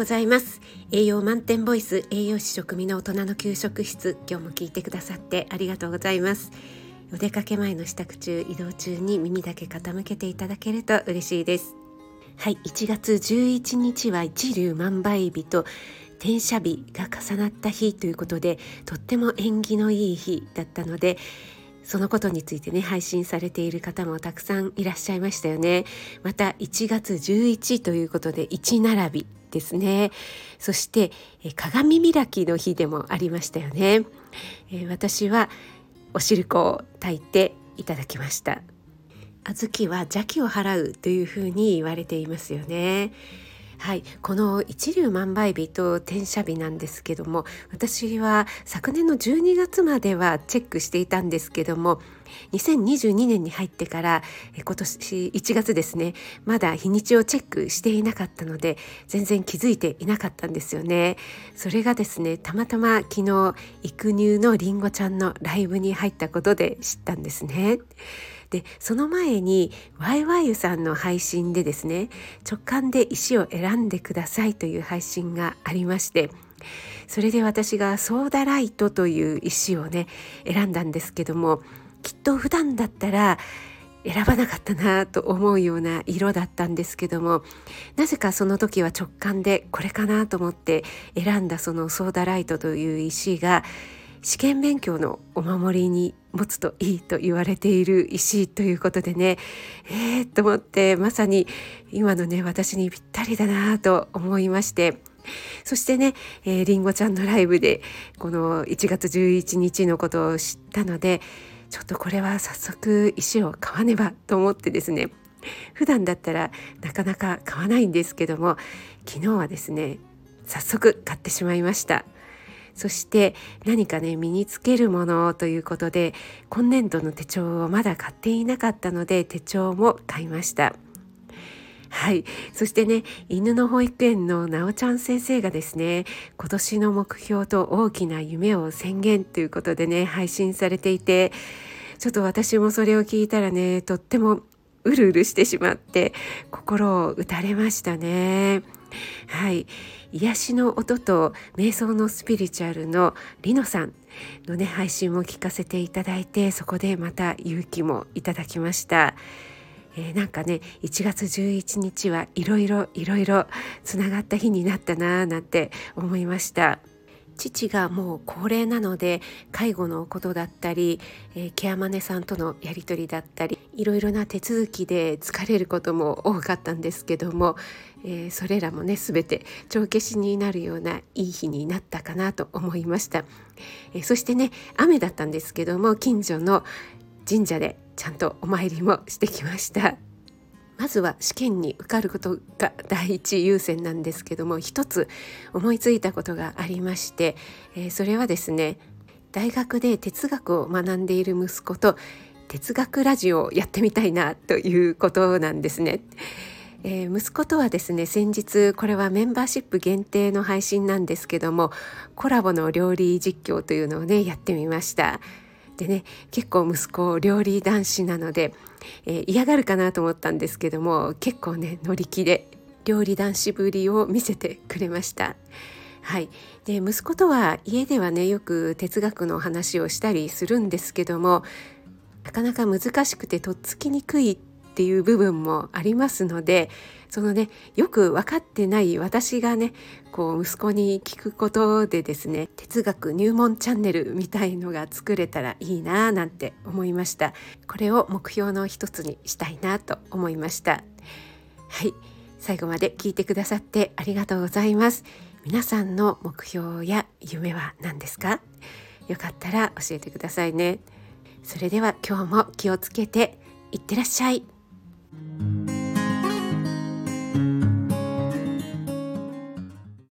ございます。栄養満点ボイス、栄養士食味の大人の給食室、今日も聞いてくださってありがとうございます。お出かけ前の支度中、移動中に耳だけ傾けていただけると嬉しいです。はい、1月11日は一粒万倍日と天赦日が重なった日ということで、とっても縁起のいい日だったので、そのことについてね、配信されている方もたくさんいらっしゃいましたよね。また1月11ということで1並びですね。そして鏡開きの日でもありましたよね。私はお汁粉を炊いていただきました。小豆は邪気を払うというふうに言われていますよね。はい、この一粒万倍日と天赦日なんですけども、私は昨年の12月まではチェックしていたんですけども、2022年に入ってから今年1月ですね、まだ日にちをチェックしていなかったので全然気づいていなかったんですよね。それがですね、たまたま昨日育乳のりんごちゃんのライブに入ったことで知ったんですね。でその前にワイワイユさんの配信でですね、直感で石を選んでくださいという配信がありまして、それで私がソーダライトという石をね選んだんですけども、きっと普段だったら選ばなかったなと思うような色だったんですけども、なぜかその時は直感でこれかなと思って選んだそのソーダライトという石が、試験勉強のお守りに持つといいと言われている石ということでね、と思って、まさに今のね私にぴったりだなと思いまして、そしてね、りんごちゃんのライブでこの1月11日のことを知ったので、ちょっとこれは早速石を買わねばと思ってですね、普段だったらなかなか買わないんですけども、昨日はですね早速買ってしまいました。そして何かね身につけるものということで、今年度の手帳をまだ買っていなかったので手帳も買いました。はい、そしてね、犬の保育園のなおちゃん先生がですね、今年の目標と大きな夢を宣言ということでね配信されていて、ちょっと私もそれを聞いたらね、とってもうるうるしてしまって心を打たれましたね。はい、癒しの音と瞑想のスピリチュアルのリノさんのね配信も聞かせていただいて、そこでまた勇気もいただきました。なんかね1月11日はいろいろつながった日になったななんて思いました。父がもう高齢なので、介護のことだったり、ケアマネさんとのやり取りだったり、いろいろな手続きで疲れることも多かったんですけども、それらもね全て帳消しになるようないい日になったかなと思いました。そしてね、雨だったんですけども、近所の神社でちゃんとお参りもしてきました。まずは試験に受かることが第一優先なんですけども、一つ思いついたことがありまして、それはですね、大学で哲学を学んでいる息子と哲学ラジオをやってみたいなということなんですね。息子とはですね、先日これはメンバーシップ限定の配信なんですけども、コラボの料理実況というのをねやってみました。でね、結構息子料理男子なので、嫌がるかなと思ったんですけども、結構ね乗り気で料理男子ぶりを見せてくれました。はい、で息子とは家ではねよく哲学の話をしたりするんですけども、なかなか難しくてとっつきにくいっていう部分もありますので、そのねよく分かってない私がねこう息子に聞くことでですね、哲学入門チャンネルみたいのが作れたらいいななんて思いました。これを目標の一つにしたいなと思いました。はい、最後まで聞いてくださってありがとうございます。皆さんの目標や夢は何ですか？よかったら教えてくださいね。それでは今日も気をつけていってらっしゃい。